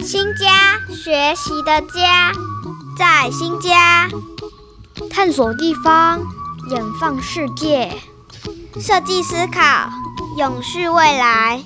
新家，学习的家，在新家探索地方，远放世界， 设计思考，永续未来。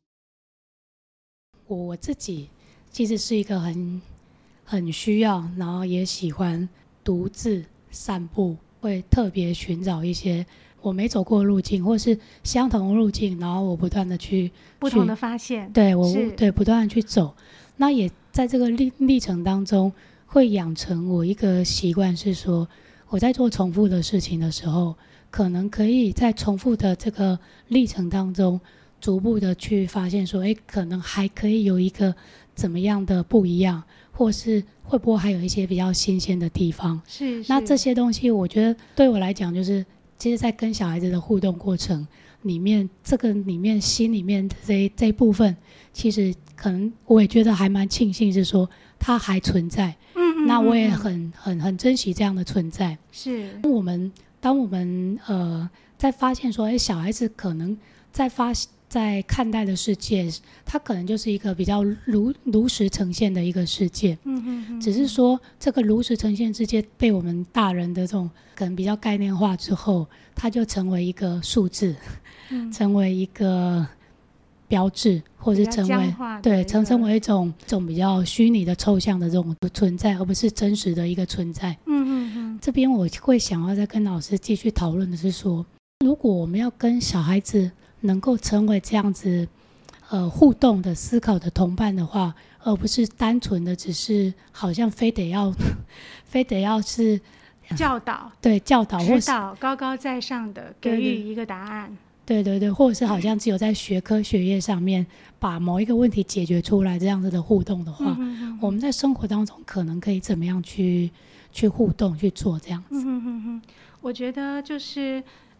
我自己其实是一个很需要，然后也喜欢独自散步，会特别寻找一些我没走过的路径，或是相同的路径，然后我不断的去不同的发现， 对不断的去走。那也在这个历程当中，会养成我一个习惯，是说我在做重复的事情的时候，可能可以在重复的这个历程当中，逐步的去发现说，可能还可以有一个怎么样的不一样，或是会不会还有一些比较新鲜的地方。 是那这些东西我觉得对我来讲，就是其实在跟小孩子的互动过程里面，这个里面心里面的这一部分，其实可能我也觉得还蛮庆幸，是说它还存在。那我也很珍惜这样的存在。 是当我们在发现说，小孩子可能在看待的世界，它可能就是一个比较如实呈现的一个世界。只是说这个如实呈现世界被我们大人的这种可能比较概念化之后，它就成为一个数字，成为一个标志，或是成为一种比较虚拟的抽象的这种存在，而不是真实的一个存在。这边我会想要再跟老师继续讨论的是说，如果我们要跟小孩子能够成为这样子互动的思考的同伴的话，而不是单纯的只是好像非得要是教导， 对，教导指导，高高在上的给予一个答案。 对，或者是好像只有在学科学业上面把某一个问题解决出来这样子的互动的话，我们在生活当中可能可以怎么样去互动去做这样子。 我觉得就是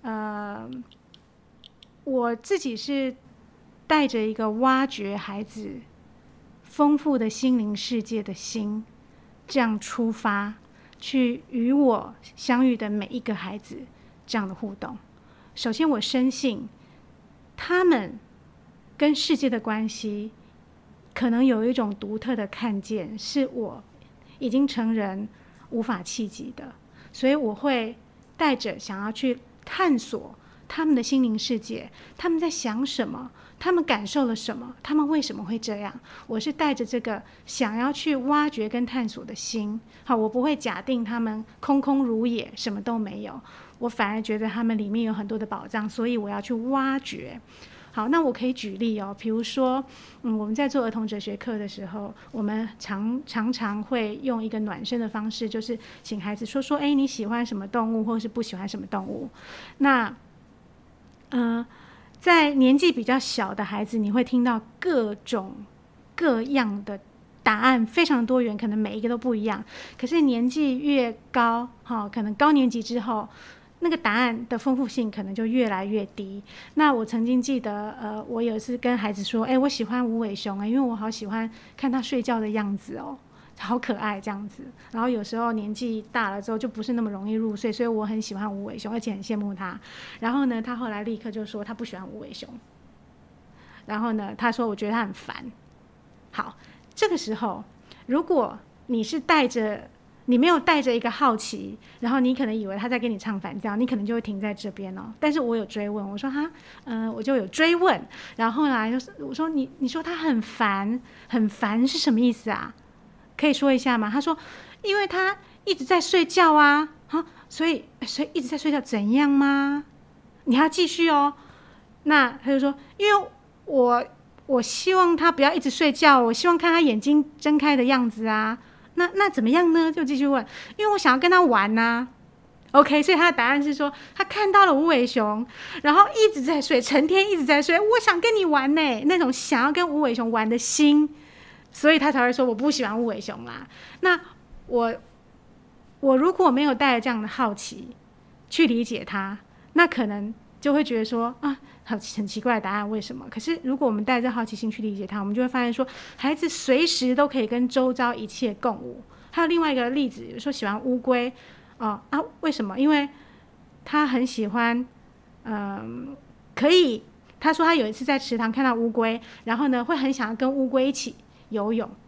我自己是带着一个挖掘孩子丰富的心灵世界的心，这样出发，去与我相遇的每一个孩子这样的互动。首先我深信他们跟世界的关系可能有一种独特的看见，是我已经成人无法企及的，所以我会带着想要去探索他们的心灵世界，他们在想什么，他们感受了什么，他们为什么会这样。我是带着这个想要去挖掘跟探索的心。好，我不会假定他们空空如也，什么都没有，我反而觉得他们里面有很多的宝藏，所以我要去挖掘。好，那我可以举例哦，比如说我们在做儿童哲学课的时候，我们常常会用一个暖身的方式，就是请孩子说说你喜欢什么动物，或是不喜欢什么动物。那在年纪比较小的孩子，你会听到各种各样的答案，非常多元，可能每一个都不一样。可是年纪越高，可能高年级之后，那个答案的丰富性可能就越来越低。那我曾经记得我有一次跟孩子说，我喜欢无尾熊，因为我好喜欢看他睡觉的样子哦，好可爱这样子。然后有时候年纪大了之后就不是那么容易入睡，所以我很喜欢无尾熊，而且很羡慕他。然后呢，他后来立刻就说他不喜欢无尾熊。然后呢，他说我觉得他很烦。好，这个时候如果你没有带着一个好奇，然后你可能以为他在跟你唱反调，你可能就会停在这边哦。但是我有追问，我说我就有追问，然后后来我说你说他很烦是什么意思啊？可以说一下吗？他说因为他一直在睡觉啊，所以一直在睡觉怎样吗？你还要继续哦。那他就说因为我希望他不要一直睡觉，我希望看他眼睛睁开的样子啊。那怎么样呢？就继续问，因为我想要跟他玩啊。OK， 所以他的答案是说他看到了无尾熊，然后一直在睡，成天一直在睡，我想跟你玩呢，那种想要跟无尾熊玩的心，所以他才会说我不喜欢无尾熊啦。那我如果没有带着这样的好奇去理解他，那可能就会觉得说很奇怪的答案，为什么？可是如果我们带着好奇心去理解他，我们就会发现说孩子随时都可以跟周遭一切共舞。还有另外一个例子，比如说喜欢乌龟为什么？因为他很喜欢他说他有一次在池塘看到乌龟，然后呢会很想要跟乌龟一起游泳。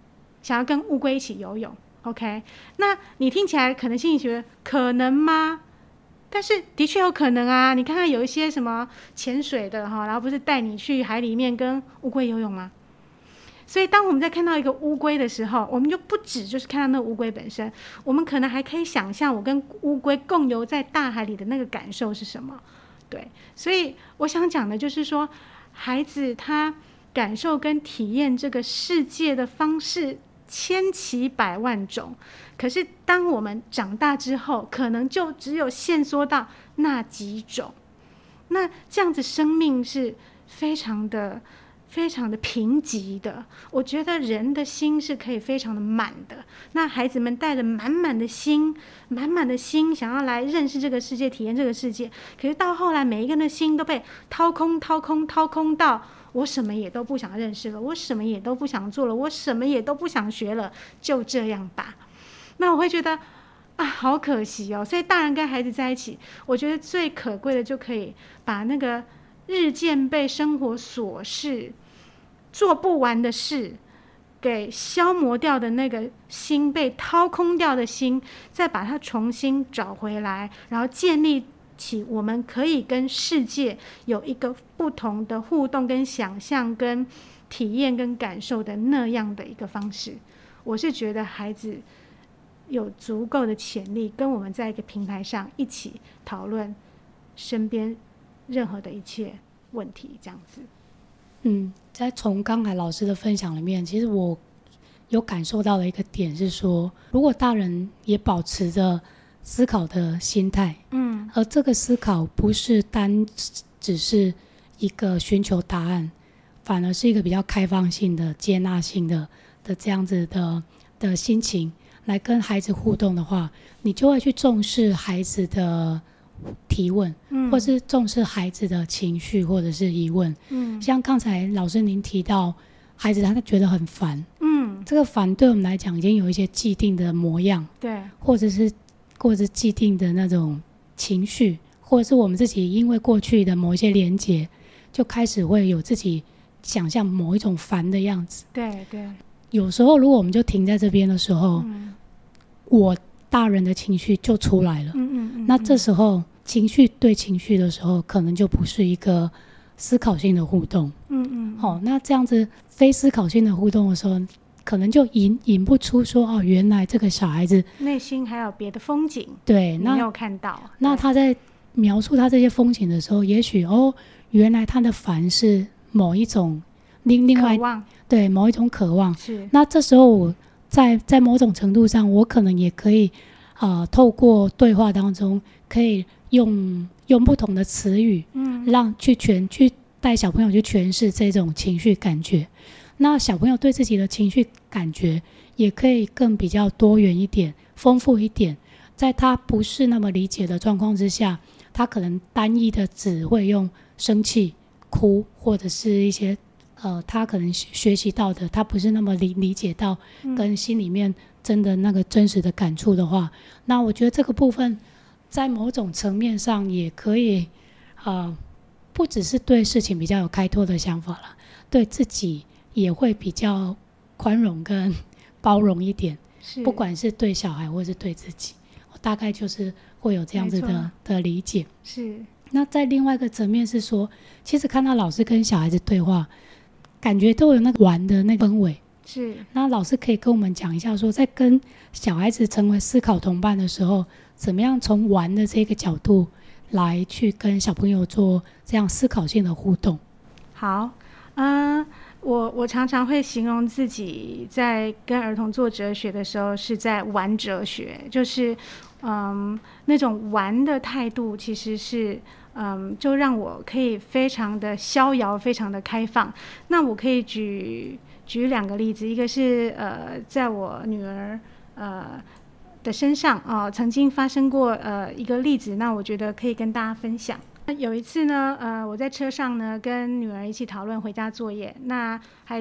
想要跟乌龟一起游泳。OK， 那你听起来可能心里觉得可能吗？但是的确有可能啊！你看看有一些什么潜水的然后不是带你去海里面跟乌龟游泳吗？所以当我们在看到一个乌龟的时候，我们就不只就是看到那个乌龟本身，我们可能还可以想象我跟乌龟共游在大海里的那个感受是什么。对，所以我想讲的就是说，孩子他感受跟体验这个世界的方式千奇百万种，可是当我们长大之后，可能就只有限缩到那几种。那这样子生命是非常的贫瘠的。我觉得人的心是可以非常的满的。那孩子们带着满满的心想要来认识这个世界，体验这个世界，可是到后来每一个人的心都被掏空到我什么也都不想认识了，我什么也都不想做了，我什么也都不想学了，就这样吧。那我会觉得啊，好可惜哦。所以大人跟孩子在一起，我觉得最可贵的就可以把那个日渐被生活琐事做不完的事给消磨掉的那个心，被掏空掉的心，再把它重新找回来，然后建立起我们可以跟世界有一个不同的互动跟想象跟体验跟感受的那样的一个方式。我是觉得孩子有足够的潜力跟我们在一个平台上一起讨论身边任何的一切问题，这样子。 在从刚才老师的分享里面，其实我有感受到的一个点是说，如果大人也保持着思考的心态，而这个思考不是只是一个寻求答案，反而是一个比较开放性的、接纳性的这样子的心情来跟孩子互动的话，你就会去重视孩子的提问，或是重视孩子的情绪或者是疑问。像刚才老师您提到，孩子他觉得很烦，这个烦对我们来讲已经有一些既定的模样， 对， 或者是既定的那种情绪，或者是我们自己因为过去的某一些连结，就开始会有自己想象某一种烦的样子。 对， 有时候如果我们就停在这边的时候，我大人的情绪就出来了。那这时候情绪对情绪的时候，可能就不是一个思考性的互动。那这样子非思考性的互动的时候，可能就引不出说原来这个小孩子内心还有别的风景， 对， 你没有看到。 那他在描述他这些风景的时候，也许原来他的烦是某一种另外渴望， 对，某一种渴望。 是。那这时候我在某种程度上，我可能也可以透过对话当中，可以用不同的词语，去带小朋友去诠释这种情绪感觉。那小朋友对自己的情绪感觉也可以更比较多元一点、丰富一点。在他不是那么理解的状况之下，他可能单一的只会用生气、哭，或者是一些他可能学习到的，他不是那么理解到跟心里面真的那个真实的感触的话，那我觉得这个部分在某种层面上也可以不只是对事情比较有开拓的想法了，对自己也会比较宽容跟包容一点，不管是对小孩或是对自己，我大概就是会有这样子的理解。 是。 那在另外一个层面是说，其实看到老师跟小孩子对话，感觉都有那个玩的那个氛围。 是。那老师可以跟我们讲一下说，在跟小孩子成为思考同伴的时候，怎么样从玩的这个角度来去跟小朋友做这样思考性的互动。 好，我常常会形容自己在跟儿童做哲学的时候是在玩哲学，就是那种玩的态度其实是就让我可以非常的逍遥，非常的开放。那我可以举两个例子，一个是在我女儿的身上曾经发生过一个例子，那我觉得可以跟大家分享。有一次呢我在车上呢跟女儿一起讨论回家作业，那还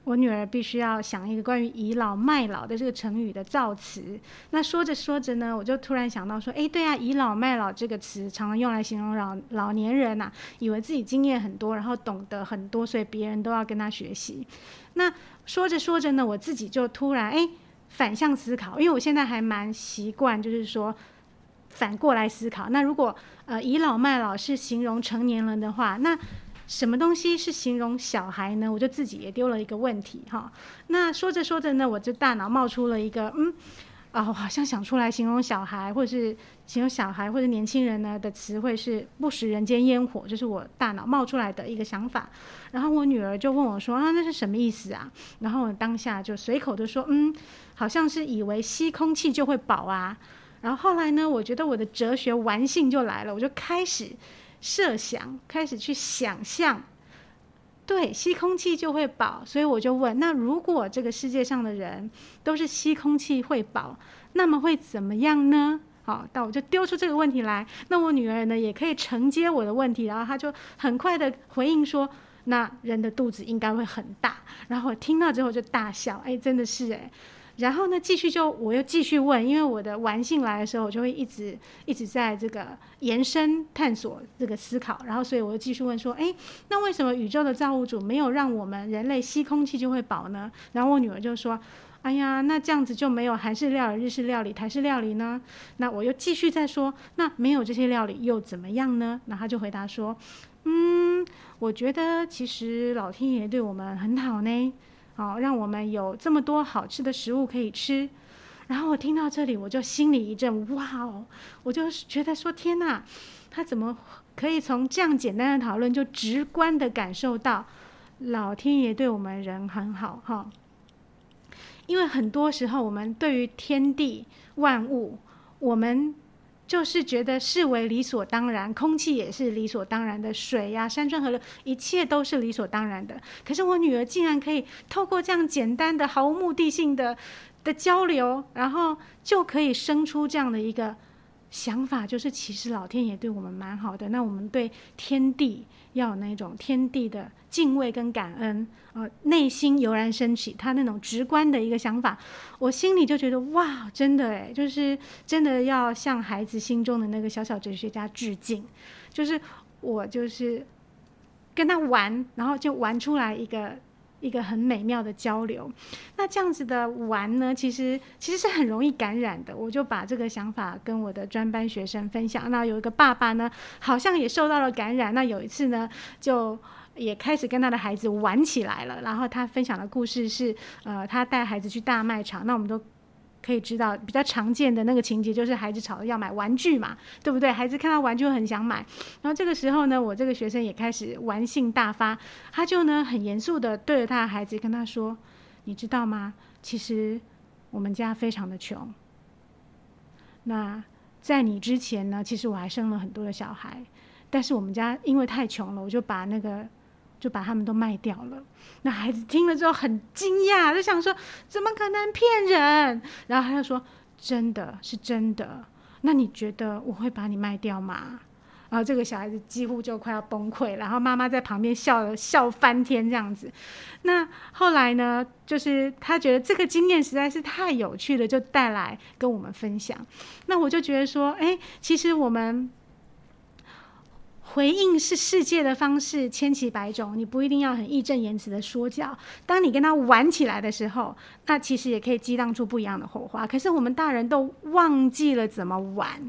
我女儿必须要想一个关于倚老卖老的这个成语的造词。那说着说着呢，我就突然想到说，对啊，倚老卖老这个词常常用来形容老年人啊，以为自己经验很多，然后懂得很多，所以别人都要跟他学习。那说着说着呢，我自己就突然反向思考，因为我现在还蛮习惯，就是说反过来思考。那如果倚老卖老是形容成年人的话，那什么东西是形容小孩呢？我就自己也丢了一个问题哈。那说着说着呢，我就大脑冒出了一个我好像想出来形容小孩，或者是形容小孩或者年轻人呢的词汇是不食人间烟火，这是我大脑冒出来的一个想法。然后我女儿就问我说那是什么意思啊？然后我当下就随口的说好像是以为吸空气就会饱啊。然后后来呢，我觉得我的哲学玩性就来了，我就开始设想，开始去想象，对，吸空气就会饱。所以我就问，那如果这个世界上的人都是吸空气会饱，那么会怎么样呢？好，那我就丢出这个问题来。那我女儿呢也可以承接我的问题，然后她就很快的回应说，那人的肚子应该会很大。然后我听到之后就大笑，真的是然后呢，我又继续问，因为我的玩性来的时候，我就会一直在这个延伸探索这个思考，然后所以我又继续问说，那为什么宇宙的造物主没有让我们人类吸空气就会饱呢？然后我女儿就说，哎呀，那这样子就没有韩式料理、日式料理、台式料理呢？那我又继续再说，那没有这些料理又怎么样呢？然后她就回答说，我觉得其实老天爷对我们很好呢。让我们有这么多好吃的食物可以吃。然后我听到这里，我就心里一震，哇哦！我就觉得说，天哪，他怎么可以从这样简单的讨论就直观的感受到老天爷对我们人很好哈？因为很多时候我们对于天地万物，我们就是觉得视为理所当然，空气也是理所当然的，水呀、山川河流，一切都是理所当然的。可是我女儿竟然可以透过这样简单的、毫无目的性的交流，然后就可以生出这样的一个想法，就是其实老天爷对我们蛮好的。那我们对天地要有那种天地的敬畏跟感恩，内心油然升起他那种直观的一个想法，我心里就觉得哇，真的就是真的要向孩子心中的那个小小哲学家致敬。就是我就是跟他玩，然后就玩出来一个很美妙的交流。那这样子的玩呢，其实是很容易感染的。我就把这个想法跟我的专班学生分享，那有一个爸爸呢好像也受到了感染，那有一次呢就也开始跟他的孩子玩起来了。然后他分享的故事是他带孩子去大卖场，那我们都可以知道比较常见的那个情节就是孩子吵着要买玩具嘛，对不对？孩子看到玩具很想买，然后这个时候呢，我这个学生也开始玩性大发，他就呢很严肃的对着他的孩子跟他说，你知道吗？其实我们家非常的穷，那在你之前呢，其实我还生了很多的小孩，但是我们家因为太穷了，我就把他们都卖掉了。那孩子听了之后很惊讶，就想说怎么可能骗人？然后他就说真的是真的。那你觉得我会把你卖掉吗？然后这个小孩子几乎就快要崩溃，然后妈妈在旁边笑翻天这样子。那后来呢，就是他觉得这个经验实在是太有趣了，就带来跟我们分享。那我就觉得说，其实我们回应是世界的方式千奇百种，你不一定要很义正言辞的说教。当你跟他玩起来的时候，那其实也可以激荡出不一样的火花。可是我们大人都忘记了怎么玩，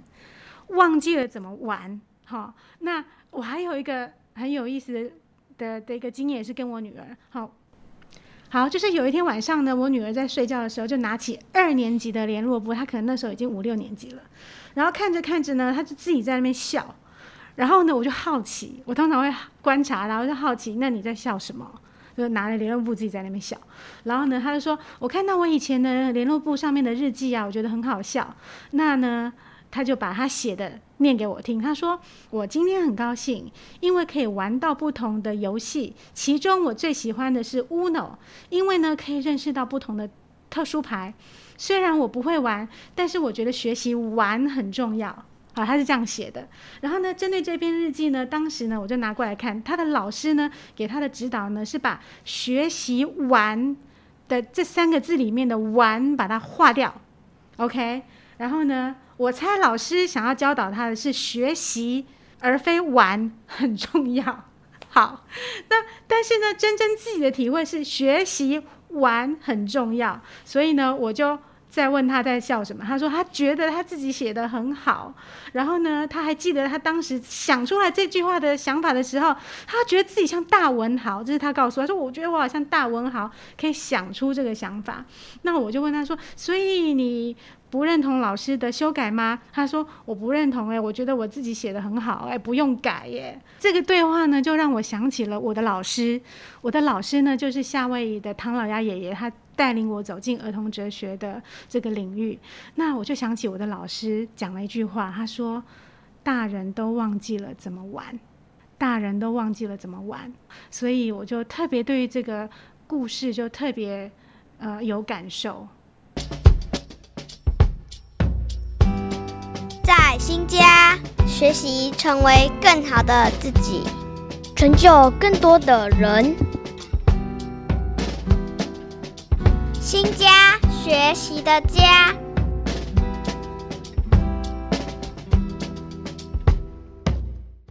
那我还有一个很有意思的一个经验，也是跟我女儿。好，就是有一天晚上呢，我女儿在睡觉的时候就拿起2年级的联络簿，她可能那时候已经5、6年级了，然后看着看着呢，她就自己在那边笑。然后呢，我就好奇，我通常会观察，然后就好奇，那你在笑什么？就拿了联络簿自己在那边笑。然后呢，他就说，我看到我以前的联络簿上面的日记啊，我觉得很好笑。那呢，他就把他写的念给我听。他说，我今天很高兴，因为可以玩到不同的游戏，其中我最喜欢的是 Uno， 因为呢可以认识到不同的特殊牌。虽然我不会玩，但是我觉得学习玩很重要。 他是这样写的。然后呢，针对这篇日记呢，当时呢我就拿过来看，他的老师呢给他的指导呢是把学习玩的这3个字里面的玩把它划掉 ，OK。然后呢，我猜老师想要教导他的是学习而非玩很重要。好，但是呢，真真自己的体会是学习玩很重要，所以呢，我就再问他在笑什么。他说他觉得他自己写得很好，然后呢，他还记得他当时想出来这句话的想法的时候，他觉得自己像大文豪，这是他告诉我，他说我觉得我好像大文豪，可以想出这个想法。那我就问他说，所以你不认同老师的修改吗？他说我不认同我觉得我自己写得很好不用改耶。这个对话呢就让我想起了我的老师呢就是夏威夷的唐老鸭爷爷，他带领我走进儿童哲学的这个领域。那我就想起我的老师讲了一句话，他说大人都忘记了怎么玩，大人都忘记了怎么玩。所以我就特别对于这个故事就特别有感受。 在新家学习成为更好的自己， 成就更多的人。 新家学习的家。